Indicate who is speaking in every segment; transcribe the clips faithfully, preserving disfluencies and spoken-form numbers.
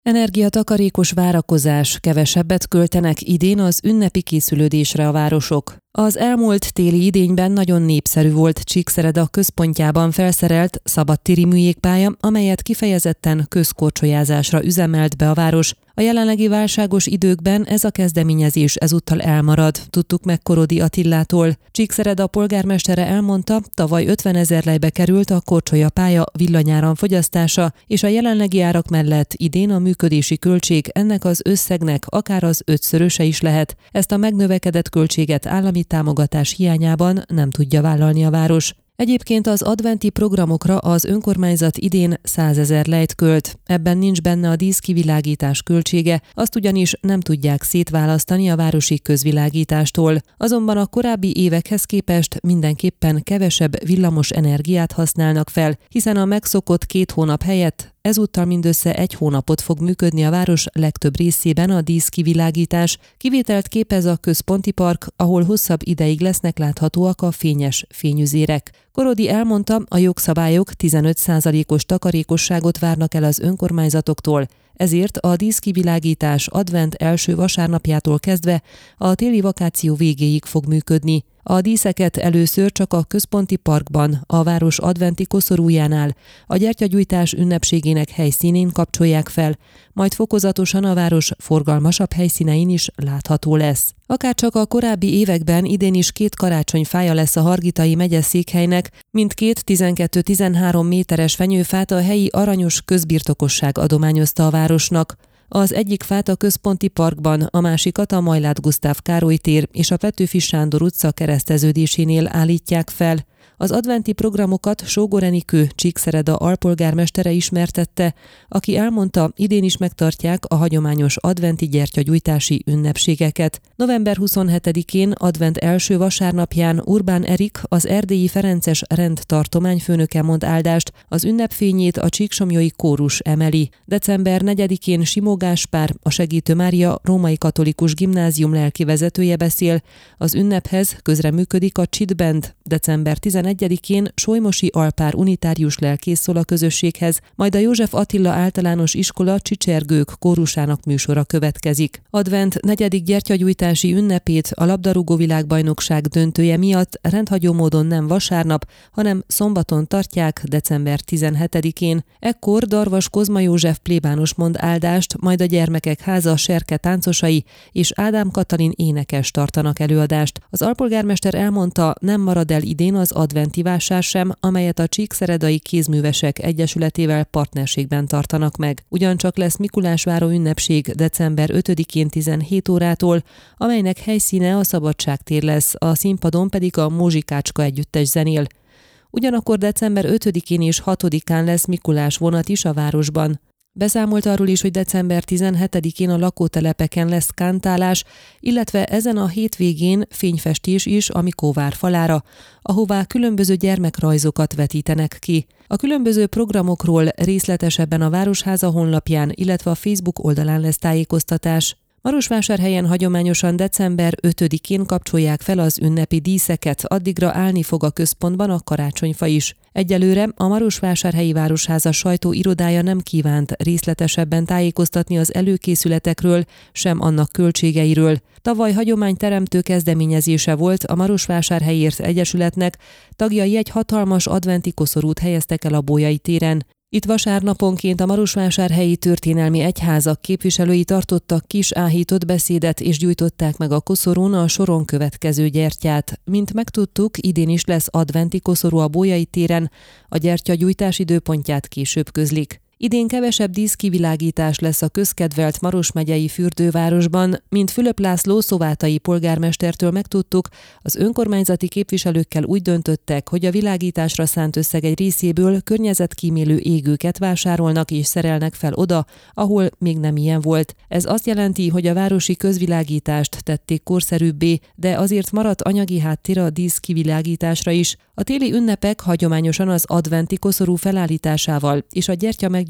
Speaker 1: Energiatakarékos várakozás, kevesebbet költenek idén az ünnepi készülődésre a városok. Az elmúlt téli idényben nagyon népszerű volt Csíkszereda központjában felszerelt szabadtéri műjégpálya, amelyet kifejezetten közkorcsolyázásra üzemelt be a város. A jelenlegi válságos időkben ez a kezdeményezés ezúttal elmarad, tudtuk meg Korody Attillától. Csíkszereda polgármestere elmondta, tavaly ötvenezer lejbe került a korcsolyapálya villanyáram fogyasztása, és a jelenlegi árak mellett idén a működési költség ennek az összegnek akár az ötszöröse is lehet. Ezt a megnövekedett költséget állami támogatás hiányában nem tudja vállalni a város. Egyébként az adventi programokra az önkormányzat idén százezer lejt költ. Ebben nincs benne a díszkivilágítás költsége, azt ugyanis nem tudják szétválasztani a városi közvilágítástól. Azonban a korábbi évekhez képest mindenképpen kevesebb villamos energiát használnak fel, hiszen a megszokott két hónap helyett ezúttal mindössze egy hónapot fog működni a város legtöbb részében a díszkivilágítás. Kivételt képez a központi park, ahol hosszabb ideig lesznek láthatóak a fényes fényüzérek. Korody elmondta, a jogszabályok tizenöt százalékos takarékosságot várnak el az önkormányzatoktól, ezért a díszkivilágítás advent első vasárnapjától kezdve a téli vakáció végéig fog működni. A díszeket először csak a központi parkban, a város adventi koszorújánál, a gyertyagyújtás ünnepségének helyszínén kapcsolják fel, majd fokozatosan a város forgalmasabb helyszínein is látható lesz. Akárcsak a korábbi években idén is két karácsonyfája lesz a Hargitai megyeszékhelynek, mindkét tizenkettő-tizenhárom méteres fenyőfát a helyi aranyos közbirtokosság adományozta a városnak. Az egyik fát a központi parkban, a másikat a Majláth Gusztáv Károly tér és a Petőfi Sándor utca kereszteződésénél állítják fel. Az adventi programokat Sógor Enikő, Csíkszereda alpolgármestere ismertette, aki elmondta, idén is megtartják a hagyományos adventi gyertyagyújtási ünnepségeket. november huszonhetedikén, advent első vasárnapján Urbán Erik, az erdélyi ferences rend tartományfőnöke mond áldást, az ünnepfényét a Csíksomlyai kórus emeli. december negyedikén Simó Gáspár, a Segítő Mária római katolikus gimnázium lelkivezetője beszél, az ünnephez közreműködik a Csit Band. december tizenegyedikén Solymosi Alpár unitárius lelkész szól a közösséghez, majd a József Attila általános iskola Csicsergők kórusának műsora következik. Advent negyedik gyertyagyújtási ünnepét a labdarúgó világbajnokság döntője miatt rendhagyó módon nem vasárnap, hanem szombaton tartják december tizenhetedikén. Ekkor Darvas Kozma József plébános mond áldást, majd a Gyermekek Háza Serke táncosai és Ádám Katalin énekes tartanak előadást. Az alpolgármester elmondta, nem marad el idén az adventi vásár sem, amelyet a Csíkszeredai Kézművesek Egyesületével partnerségben tartanak meg. Ugyancsak lesz Mikulásváró ünnepség december ötödikén tizenhét órától, amelynek helyszíne a Szabadságtér lesz, a színpadon pedig a Mózsikácska együttes zenél. Ugyanakkor december ötödikén és hatodikán lesz Mikulás vonat is a városban. Beszámolt arról is, hogy december tizenhetedikén a lakótelepeken lesz kántálás, illetve ezen a hétvégén fényfestés is a Mikóvár falára, ahová különböző gyermekrajzokat vetítenek ki. A különböző programokról részletesebben a Városháza honlapján, illetve a Facebook oldalán lesz tájékoztatás. Marosvásárhelyen hagyományosan december ötödikén kapcsolják fel az ünnepi díszeket, addigra állni fog a központban a karácsonyfa is. Egyelőre a Marosvásárhelyi Városháza sajtóirodája nem kívánt részletesebben tájékoztatni az előkészületekről, sem annak költségeiről. Tavaly hagyományteremtő kezdeményezése volt a Marosvásárhelyért Egyesületnek, tagjai egy hatalmas adventi koszorút helyeztek el a Bolyai téren. Itt vasárnaponként a Marosvásárhelyi Történelmi Egyházak képviselői tartottak kis áhított beszédet és gyújtották meg a koszorún a soron következő gyertyát. Mint megtudtuk, idén is lesz adventi koszorú a Bolyai téren, a gyertyagyújtás időpontját később közlik. Idén kevesebb díszkivilágítás lesz a közkedvelt Maros megyei fürdővárosban, mint Fülöp László szovátai polgármestertől megtudtuk, az önkormányzati képviselőkkel úgy döntöttek, hogy a világításra szánt összeg egy részéből környezetkímélő égőket vásárolnak és szerelnek fel oda, ahol még nem ilyen volt. Ez azt jelenti, hogy a városi közvilágítást tették korszerűbbé, de azért maradt anyagi háttér a díszkivilágításra is. A téli ünnepek hagyományosan az adventi koszorú felállításával és a gyertya meg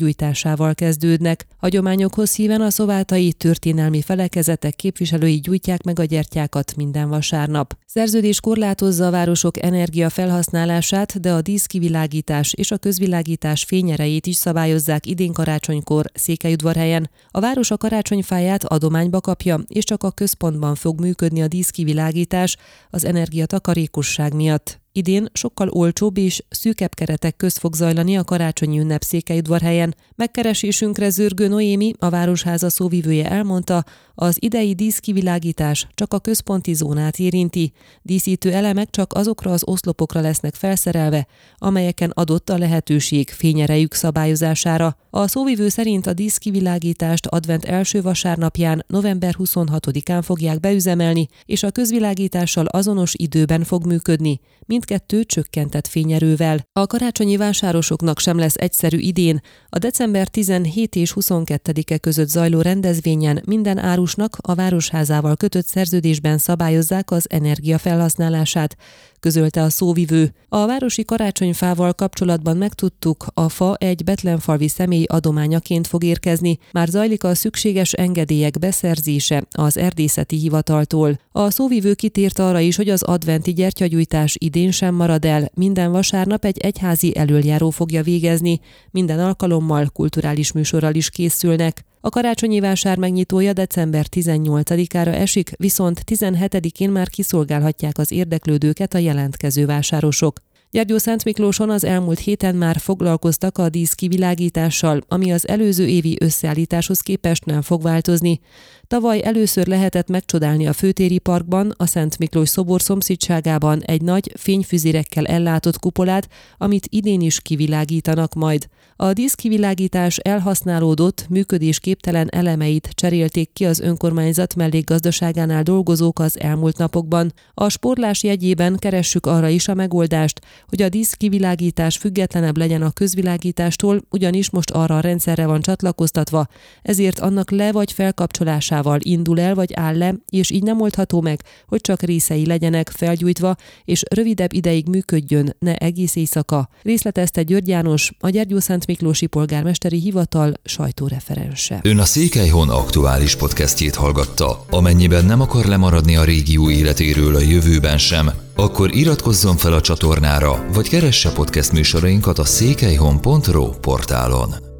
Speaker 1: meggyújtásával kezdődnek. Hagyományokhoz híven a szovátai történelmi felekezetek képviselői gyújtják meg a gyertyákat minden vasárnap. Szerződés korlátozza a városok energiafelhasználását, de a díszkivilágítás és a közvilágítás fényerejét is szabályozzák idén karácsonykor Székelyudvarhelyen. A város a karácsonyfáját adományba kapja, és csak a központban fog működni a díszkivilágítás az energiatakarékosság miatt. Idén sokkal olcsóbb és szűkebb keretek közt fog zajlani a karácsonyi ünnep Székelyudvarhelyen. Megkeresésünkre Zörgő Noémi, a Városháza szóvivője elmondta, az idei díszkivilágítás csak a központi zónát érinti. Díszítő elemek csak azokra az oszlopokra lesznek felszerelve, amelyeken adott a lehetőség fényerejük szabályozására. A szóvivő szerint a díszkivilágítást advent első vasárnapján, november huszonhatodikán fogják beüzemelni, és a közvilágítással azonos időben fog működni, mindkettő csökkentett fényerővel. A karácsonyi vásárosoknak sem lesz egyszerű idén. A december tizenhetedike és huszonkettedike között zajló rendezvényen minden árusnak a Városházával kötött szerződésben szabályozzák az energia felhasználását, közölte a szóvivő. A városi karácsonyfával kapcsolatban megtudtuk, a fa egy betlenfalvi személy adományaként fog érkezni. Már zajlik a szükséges engedélyek beszerzése az erdészeti hivataltól. A szóvivő kitért arra is, hogy az adventi gyertyagyújtás idén sem marad el. Minden vasárnap egy egyházi elöljáró fogja végezni. Minden alkalommal kulturális műsorral is készülnek. A karácsonyi vásár megnyitója december tizennyolcadikára esik, viszont tizenhetedikén már kiszolgálhatják az érdeklődőket a jelentkező vásárosok. Gyergyószentmiklóson az elmúlt héten már foglalkoztak a díszkivilágítással, ami az előző évi összeállításhoz képest nem fog változni. Tavaly először lehetett megcsodálni a Főtéri Parkban, a Szent Miklós szobor szomszédságában egy nagy fényfüzérekkel ellátott kupolát, amit idén is kivilágítanak majd. A díszkivilágítás elhasználódott, működésképtelen elemeit cserélték ki az önkormányzat mellékgazdaságánál dolgozók az elmúlt napokban. A spórlás jegyében keressük arra is a megoldást, hogy a díszkivilágítás függetlenebb legyen a közvilágítástól, ugyanis most arra a rendszerre van csatlakoztatva, ezért annak le- vagy felkapcsolásával indul el vagy áll le, és így nem oldható meg, hogy csak részei legyenek felgyújtva, és rövidebb ideig működjön, ne egész éjszaka. Részletezte György János, a Gyergyószentmiklósi Polgármesteri Hivatal sajtóreferense.
Speaker 2: Ön a Székelyhon aktuális podcastjét hallgatta. Amennyiben nem akar lemaradni a régió életéről a jövőben sem, akkor iratkozzon fel a csatornára, vagy keresse podcast műsorainkat a székelyhon pont ro portálon.